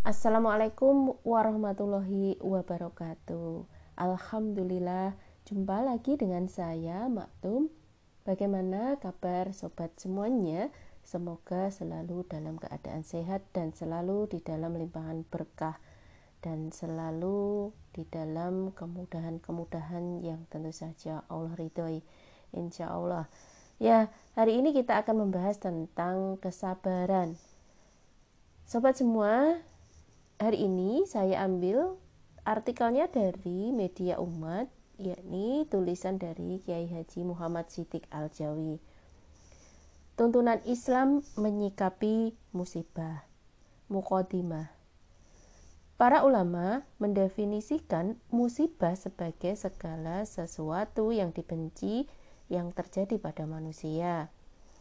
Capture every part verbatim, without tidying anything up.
Assalamualaikum warahmatullahi wabarakatuh. Alhamdulillah, jumpa lagi dengan saya, Maktum. Bagaimana kabar sobat semuanya? Semoga selalu dalam keadaan sehat dan selalu di dalam limpahan berkah dan selalu di dalam kemudahan-kemudahan yang tentu saja Allah ridhoi. Insya Allah. Ya, hari ini kita akan membahas tentang kesabaran. Sobat semua, hari ini saya ambil artikelnya dari Media Umat, yakni tulisan dari Kiai Haji Muhammad Shiddiq Al-Jawi. Tuntunan Islam menyikapi musibah. Muqaddimah. Para ulama mendefinisikan musibah sebagai segala sesuatu yang dibenci yang terjadi pada manusia.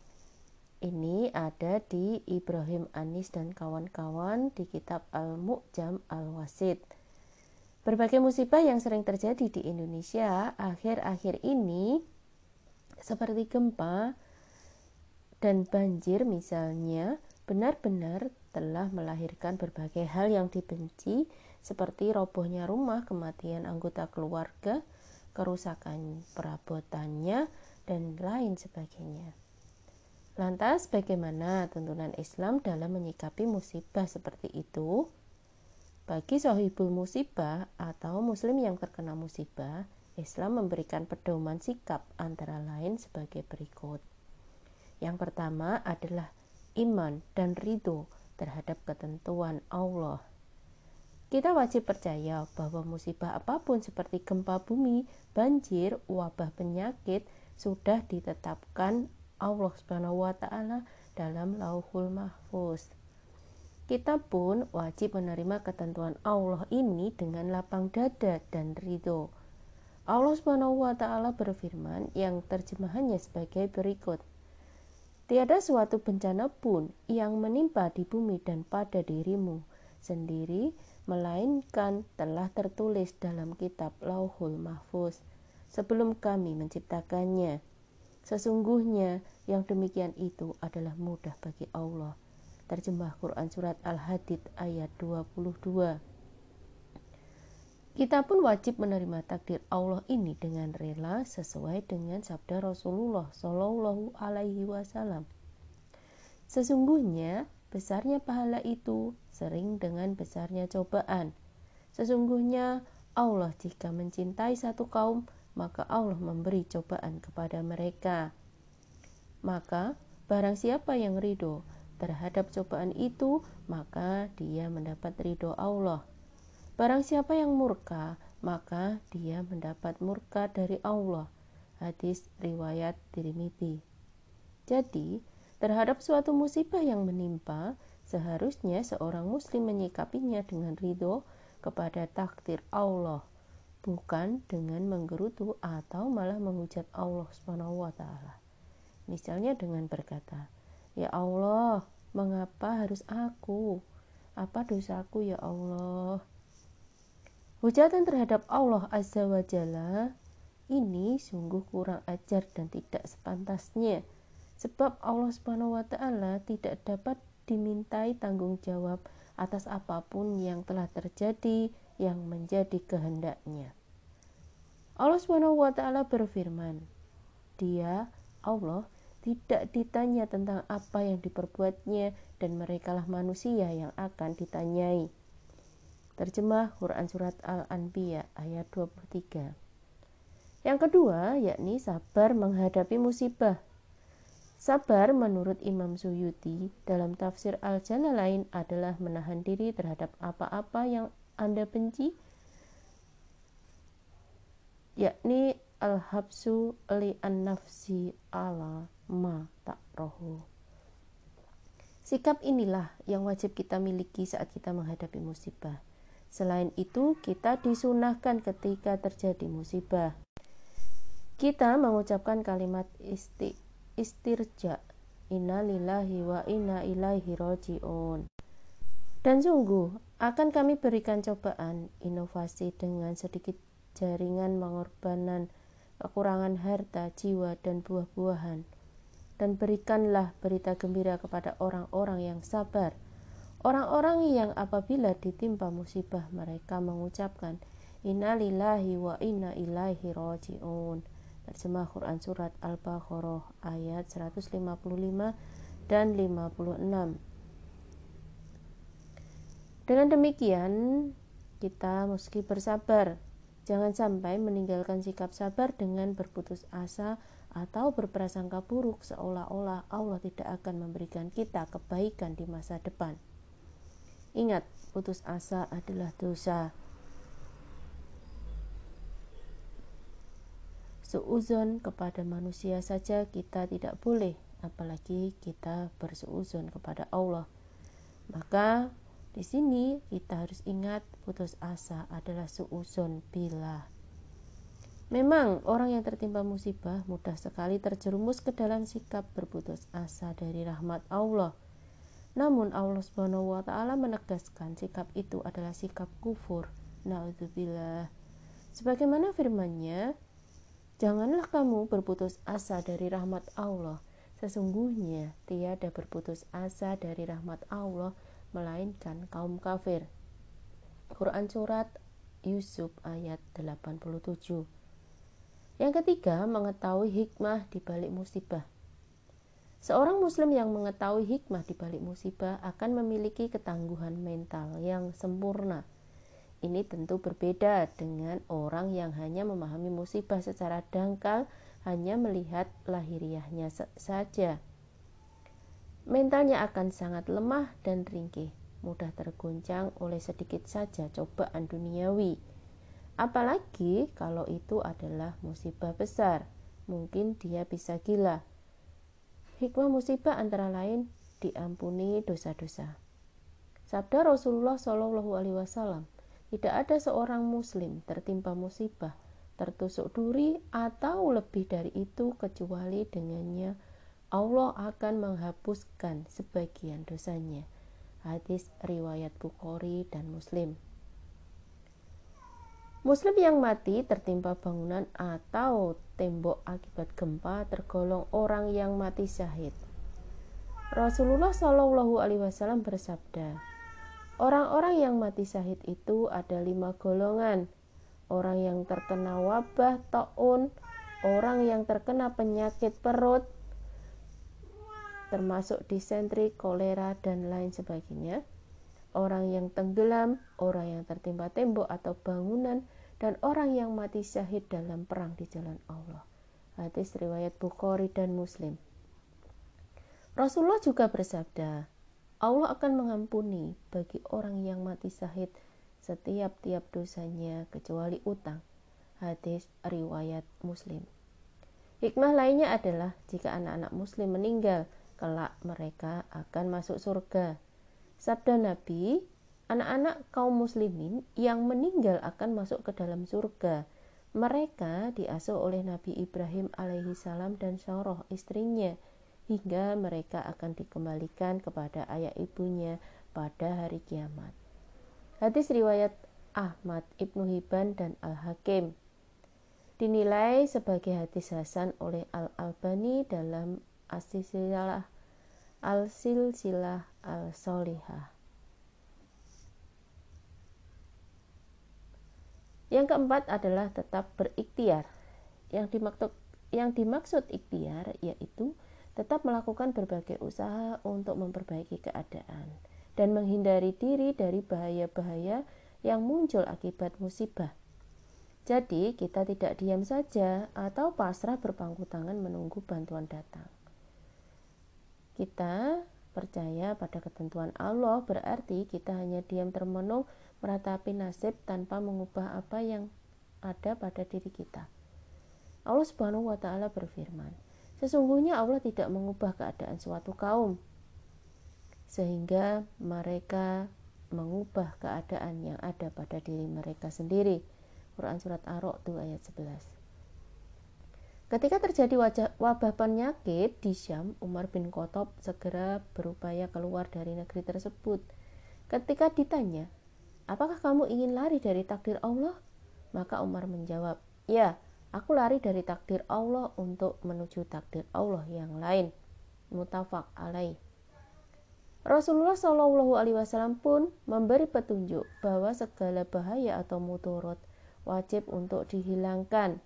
Ini ada di Ibrahim Anis dan kawan-kawan di kitab Al-Mu'jam Al-Wasit. Berbagai musibah yang sering terjadi di Indonesia akhir-akhir ini, seperti gempa dan banjir misalnya, benar-benar telah melahirkan berbagai hal yang dibenci, seperti robohnya rumah, kematian anggota keluarga, kerusakan perabotannya, dan lain sebagainya. Lantas, bagaimana tuntunan Islam dalam menyikapi musibah seperti itu? Bagi sahibul musibah atau muslim yang terkena musibah, Islam memberikan pedoman sikap antara lain sebagai berikut. Yang pertama adalah iman dan ridho terhadap ketentuan Allah. Kita wajib percaya bahwa musibah apapun seperti gempa bumi, banjir, wabah penyakit sudah ditetapkan Allah Subhanahu wa Ta'ala dalam Lauhul Mahfuz. Kita pun wajib menerima ketentuan Allah ini dengan lapang dada dan ridho. Allah Subhanahu wa Ta'ala berfirman yang terjemahannya sebagai berikut. Tiada suatu bencana pun yang menimpa di bumi dan pada dirimu sendiri, melainkan telah tertulis dalam kitab Lauhul Mahfuz sebelum kami menciptakannya. Sesungguhnya yang demikian itu adalah mudah bagi Allah. Terjemah Quran Surat Al-Hadid ayat dua puluh dua. Kita pun wajib menerima takdir Allah ini dengan rela sesuai dengan sabda Rasulullah Shallallahu Alaihi Wasallam. Sesungguhnya besarnya pahala itu sering dengan besarnya cobaan. Sesungguhnya Allah jika mencintai satu kaum, maka Allah memberi cobaan kepada mereka. Maka barang siapa yang ridho terhadap cobaan itu, maka dia mendapat ridho Allah. Barang siapa yang murka, maka dia mendapat murka dari Allah. Hadis riwayat Tirmidzi. Jadi, terhadap suatu musibah yang menimpa, seharusnya seorang muslim menyikapinya dengan ridho kepada takdir Allah, bukan dengan menggerutu atau malah menghujat Allah Subhanahu wa Ta'ala. Misalnya dengan berkata, "Ya Allah, mengapa harus aku? Apa dosaku ya Allah?" Hujatan terhadap Allah Azza wa Jalla ini sungguh kurang ajar dan tidak sepantasnya, sebab Allah Subhanahu wa Ta'ala tidak dapat dimintai tanggung jawab atas apapun yang telah terjadi yang menjadi kehendaknya. Allah Subhanahu wa Ta'ala berfirman, Dia, Allah, tidak ditanya tentang apa yang diperbuatnya dan merekalah manusia yang akan ditanyai. Terjemah Quran Surat Al-Anbiya ayat dua puluh tiga. Yang kedua, yakni sabar menghadapi musibah. Sabar menurut Imam Suyuti dalam tafsir Al-Jalalain adalah menahan diri terhadap apa-apa yang Anda benci, yakni al-habsu li an-nafsi ala ma takrahu. Sikap inilah yang wajib kita miliki saat kita menghadapi musibah. Selain itu, kita disunahkan ketika terjadi musibah, kita mengucapkan kalimat isti, istirja, inna lillahi wa inna ilaihi raji'un. Dan sungguh akan kami berikan cobaan, inovasi dengan sedikit jaringan pengorbanan, kekurangan harta, jiwa, dan buah-buahan. Dan berikanlah berita gembira kepada orang-orang yang sabar. Orang-orang yang apabila ditimpa musibah mereka mengucapkan inna lillahi wa inna ilaihi raji'un. Terjemah Quran Surat Al-Baqarah ayat seratus lima puluh lima dan lima puluh enam. Dengan demikian kita mesti bersabar. Jangan sampai meninggalkan sikap sabar dengan berputus asa atau berprasangka buruk seolah-olah Allah tidak akan memberikan kita kebaikan di masa depan. Ingat, putus asa adalah dosa. Suudzon kepada manusia saja kita tidak boleh, apalagi kita bersuudzon kepada Allah. Maka di sini kita harus ingat putus asa adalah suudzon billah. Memang orang yang tertimpa musibah mudah sekali terjerumus ke dalam sikap berputus asa dari rahmat Allah. Namun Allah Subhanahu wa taala menegaskan sikap itu adalah sikap kufur. Naudzubillah. Sebagaimana firman-Nya, janganlah kamu berputus asa dari rahmat Allah. Sesungguhnya tiada berputus asa dari rahmat Allah melainkan kaum kafir. Quran Surat Yusuf ayat delapan puluh tujuh. Yang ketiga, mengetahui hikmah di balik musibah. Seorang muslim yang mengetahui hikmah di balik musibah akan memiliki ketangguhan mental yang sempurna. Ini tentu berbeda dengan orang yang hanya memahami musibah secara dangkal, hanya melihat lahiriahnya saja. Mentalnya akan sangat lemah dan ringkih, mudah terguncang oleh sedikit saja cobaan duniawi. Apalagi kalau itu adalah musibah besar, mungkin dia bisa gila. Hikmah musibah antara lain diampuni dosa-dosa. Sabda Rasulullah shallallahu alaihi wasallam, tidak ada seorang muslim tertimpa musibah, tertusuk duri atau lebih dari itu kecuali dengannya Allah akan menghapuskan sebagian dosanya. Hadis riwayat Bukhari dan Muslim. Muslim yang mati tertimpa bangunan atau tembok akibat gempa tergolong orang yang mati syahid. Rasulullah shallallahu alaihi wasallam bersabda, orang-orang yang mati syahid itu ada lima golongan. Orang yang terkena wabah taun, orang yang terkena penyakit perut, termasuk disentri, kolera, dan lain sebagainya, orang yang tenggelam, orang yang tertimpa tembok atau bangunan, dan orang yang mati syahid dalam perang di jalan Allah. Hadis riwayat Bukhari dan Muslim. Rasulullah juga bersabda, Allah akan mengampuni bagi orang yang mati syahid setiap-tiap dosanya kecuali utang. Hadis riwayat Muslim. Hikmah lainnya adalah jika anak-anak muslim meninggal, kelak mereka akan masuk surga. Sabda Nabi, anak-anak kaum muslimin yang meninggal akan masuk ke dalam surga. Mereka diasuh oleh Nabi Ibrahim alaihi salam dan Syarah istrinya, hingga mereka akan dikembalikan kepada ayah ibunya pada hari kiamat. Hadis riwayat Ahmad, Ibnu Hibban, dan Al-Hakim. Dinilai sebagai hadis hasan oleh Al-Albani dalam As-Silsilah Al-Silsilah Al-Sholihah. Yang keempat adalah tetap berikhtiar. Yang dimaksud, yang dimaksud ikhtiar yaitu tetap melakukan berbagai usaha untuk memperbaiki keadaan dan menghindari diri dari bahaya-bahaya yang muncul akibat musibah. Jadi kita tidak diam saja atau pasrah berpangku tangan menunggu bantuan datang. Kita percaya pada ketentuan Allah, berarti kita hanya diam termenung meratapi nasib tanpa mengubah apa yang ada pada diri kita. Allah Subhanahu wa taala berfirman, sesungguhnya Allah tidak mengubah keadaan suatu kaum sehingga mereka mengubah keadaan yang ada pada diri mereka sendiri. Quran Surat Ar-Ra'd ayat sebelas. Ketika terjadi wajah, wabah penyakit di Syam, Umar bin Khattab segera berupaya keluar dari negeri tersebut. Ketika ditanya, apakah kamu ingin lari dari takdir Allah? Maka Umar menjawab, ya, aku lari dari takdir Allah untuk menuju takdir Allah yang lain. Muttafaq alaih. Rasulullah Shallallahu Alaihi Wasallam pun memberi petunjuk bahwa segala bahaya atau mudarat wajib untuk dihilangkan.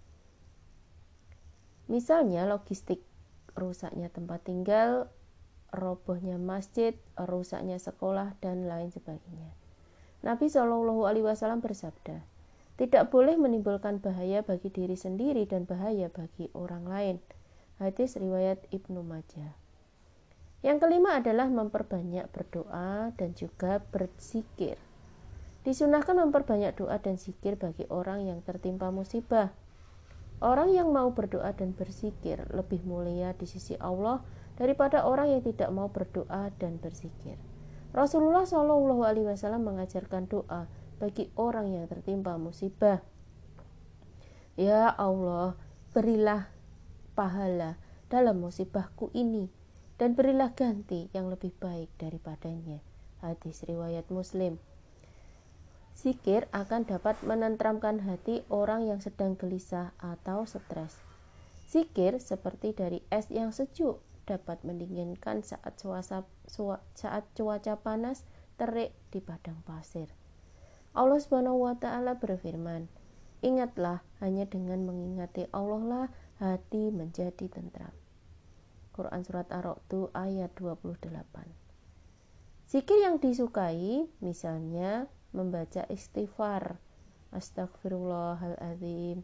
Misalnya logistik, rusaknya tempat tinggal, robohnya masjid, rusaknya sekolah, dan lain sebagainya. Nabi Shallallahu Alaihi Wasallam bersabda, tidak boleh menimbulkan bahaya bagi diri sendiri dan bahaya bagi orang lain. Hadis riwayat Ibnu Majah. Yang kelima adalah memperbanyak berdoa dan juga berzikir. Disunahkan memperbanyak doa dan zikir bagi orang yang tertimpa musibah. Orang yang mau berdoa dan berzikir lebih mulia di sisi Allah daripada orang yang tidak mau berdoa dan berzikir. Rasulullah Shallallahu Alaihi Wasallam mengajarkan doa bagi orang yang tertimpa musibah. Ya Allah, berilah pahala dalam musibahku ini, dan berilah ganti yang lebih baik daripadanya. Hadis riwayat Muslim. Zikir akan dapat menenteramkan hati orang yang sedang gelisah atau stres. Zikir seperti dari es yang sejuk, dapat mendinginkan saat cuaca, saat cuaca panas terik di padang pasir. Allah Subhanahu wa Ta'ala berfirman, ingatlah, hanya dengan mengingati Allah lah hati menjadi tentram. Quran Surat Ar-Ra'd ayat dua puluh delapan. Zikir yang disukai misalnya membaca istighfar, Astagfirullahaladzim.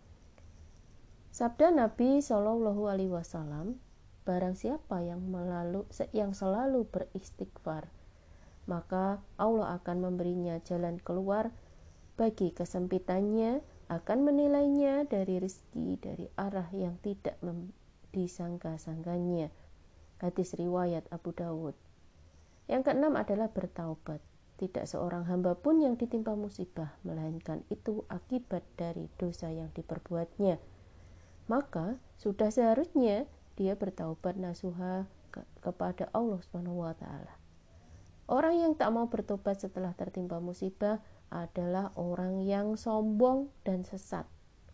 Sabda Nabi Shallallahu Alaihi Wasallam, barang siapa yang melalu, yang selalu beristighfar, maka Allah akan memberinya jalan keluar bagi kesempitannya, akan menilainya dari rezeki dari arah yang tidak mem- disangka-sangkanya. Hadis riwayat Abu Dawud. Yang keenam adalah bertaubat. Tidak seorang hamba pun yang ditimpa musibah, melainkan itu akibat dari dosa yang diperbuatnya. Maka sudah seharusnya dia bertaubat nasuha ke- kepada Allah Subhanahu wa Ta'ala. Orang yang tak mau bertobat setelah tertimpa musibah adalah orang yang sombong dan sesat.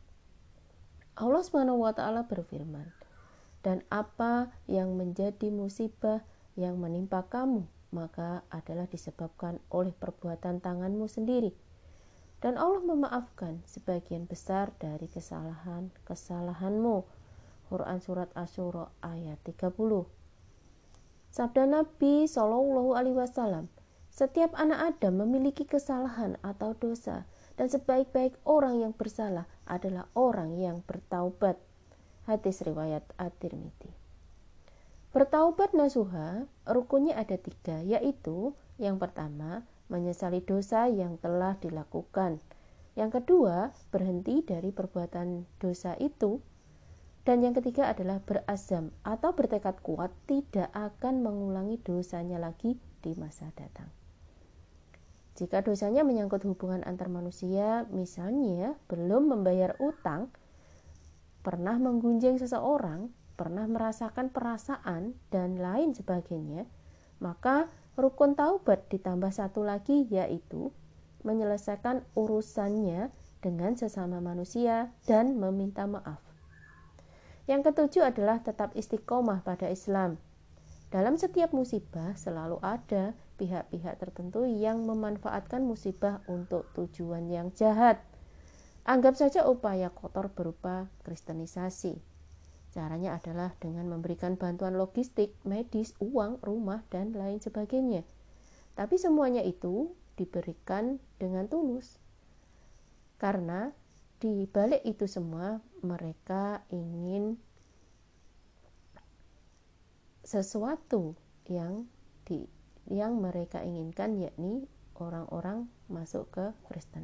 Allah Subhanahu wa Ta'ala berfirman, dan apa yang menjadi musibah yang menimpa kamu, maka adalah disebabkan oleh perbuatan tanganmu sendiri. Dan Allah memaafkan sebagian besar dari kesalahan-kesalahanmu. Quran Surat Asy-Syura ayat tiga puluh. Sabda Nabi Shallallahu Alaihi Wasallam, setiap anak Adam memiliki kesalahan atau dosa, dan sebaik-baik orang yang bersalah adalah orang yang bertaubat. Hadis riwayat At-Tirmidzi. Bertaubat nasuha, rukunnya ada tiga, yaitu yang pertama, menyesali dosa yang telah dilakukan. Yang kedua, berhenti dari perbuatan dosa itu. Dan yang ketiga adalah berazam atau bertekad kuat tidak akan mengulangi dosanya lagi di masa datang. Jika dosanya menyangkut hubungan antar manusia, misalnya belum membayar utang, pernah menggunjing seseorang, pernah merasakan perasaan, dan lain sebagainya, maka rukun taubat ditambah satu lagi, yaitu menyelesaikan urusannya dengan sesama manusia dan meminta maaf. Yang ketujuh adalah tetap istiqomah pada Islam. Dalam setiap musibah selalu ada pihak-pihak tertentu yang memanfaatkan musibah untuk tujuan yang jahat. Anggap saja upaya kotor berupa kristenisasi. Caranya adalah dengan memberikan bantuan logistik, medis, uang, rumah, dan lain sebagainya. Tapi semuanya itu diberikan dengan tulus. Karena di balik itu semua mereka ingin sesuatu yang di yang mereka inginkan, yakni orang-orang masuk ke Kristen.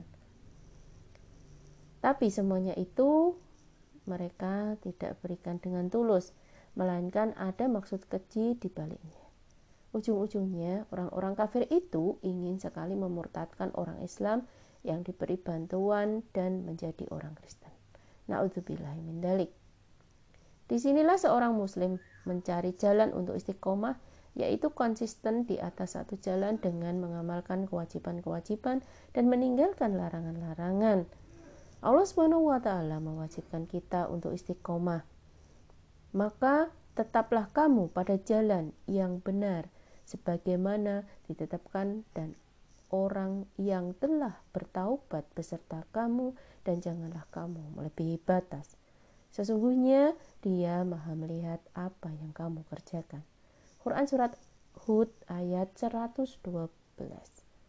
Tapi semuanya itu mereka tidak berikan dengan tulus, melainkan ada maksud keji di baliknya. Ujung-ujungnya orang-orang kafir itu ingin sekali memurtadkan orang Islam yang diberi bantuan dan menjadi orang Kristen. Na'udzubillahi min dzalik. Disinilah seorang muslim mencari jalan untuk istiqomah, yaitu konsisten di atas satu jalan dengan mengamalkan kewajiban-kewajiban dan meninggalkan larangan-larangan. Allah Subhanahu wa Ta'ala mewajibkan kita untuk istiqomah. Maka tetaplah kamu pada jalan yang benar, sebagaimana ditetapkan dan orang yang telah bertaubat beserta kamu, dan janganlah kamu melebihi batas. Sesungguhnya Dia Maha melihat apa yang kamu kerjakan. Quran surat Hud ayat seratus dua belas.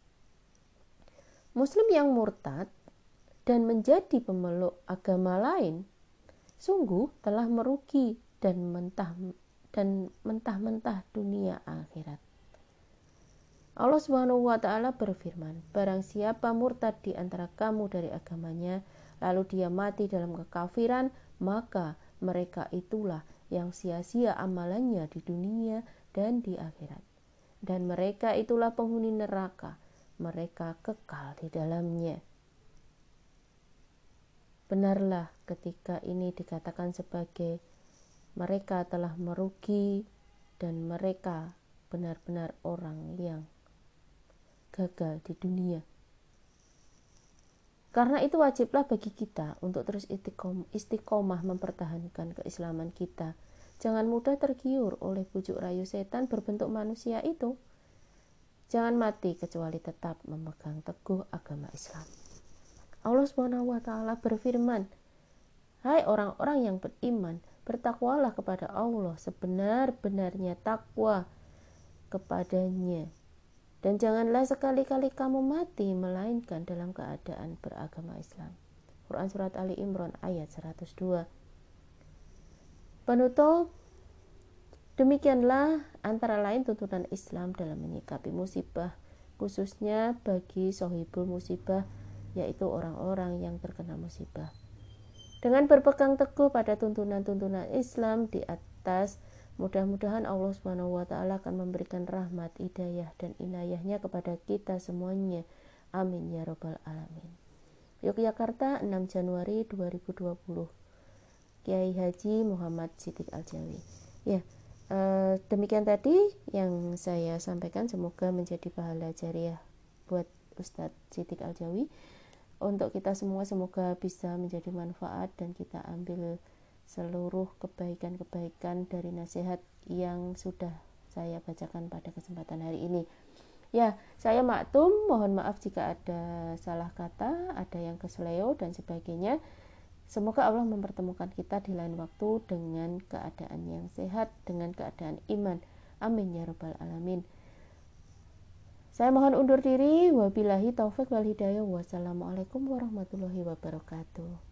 Muslim yang murtad dan menjadi pemeluk agama lain sungguh telah merugi dan mentah dan mentah-mentah dunia akhirat. Allah Subhanahu wa taala berfirman, barang siapa murtad di antara kamu dari agamanya, lalu dia mati dalam kekafiran, maka mereka itulah yang sia-sia amalannya di dunia dan di akhirat. Dan mereka itulah penghuni neraka, mereka kekal di dalamnya. Benarlah ketika ini dikatakan sebagai mereka telah merugi dan mereka benar-benar orang yang gagal di dunia. Karena itu wajiblah bagi kita untuk terus istiqomah mempertahankan keislaman kita. Jangan mudah tergiur oleh bujuk rayu setan berbentuk manusia itu. Jangan mati kecuali tetap memegang teguh agama Islam. Allah Subhanahu wa taala berfirman, hai orang-orang yang beriman, bertakwalah kepada Allah sebenar-benarnya takwa kepadanya. Dan janganlah sekali-kali kamu mati melainkan dalam keadaan beragama Islam. Quran surat Ali Imran ayat seratus dua. Penutup, demikianlah antara lain tuntunan Islam dalam menyikapi musibah, khususnya bagi sohibul musibah, yaitu orang-orang yang terkena musibah. Dengan berpegang teguh pada tuntunan-tuntunan Islam di atas, mudah-mudahan Allah Subhanahu wa taala akan memberikan rahmat, hidayah dan inayahnya kepada kita semuanya. Amin ya rabbal alamin. Yogyakarta, enam Januari dua ribu dua puluh. Kiai Haji Muhammad Siddiq Aljawi. Ya, eh, demikian tadi yang saya sampaikan, semoga menjadi pahala jariah buat Ustadz Siddiq Aljawi. Untuk kita semua semoga bisa menjadi manfaat dan kita ambil seluruh kebaikan-kebaikan dari nasihat yang sudah saya bacakan pada kesempatan hari ini. Ya, saya maktum, mohon maaf jika ada salah kata, ada yang kesleo dan sebagainya. Semoga Allah mempertemukan kita di lain waktu dengan keadaan yang sehat, dengan keadaan iman. Amin ya rabbal alamin. Saya mohon undur diri. Wabillahi taufik wal hidayah. Wassalamualaikum warahmatullahi wabarakatuh.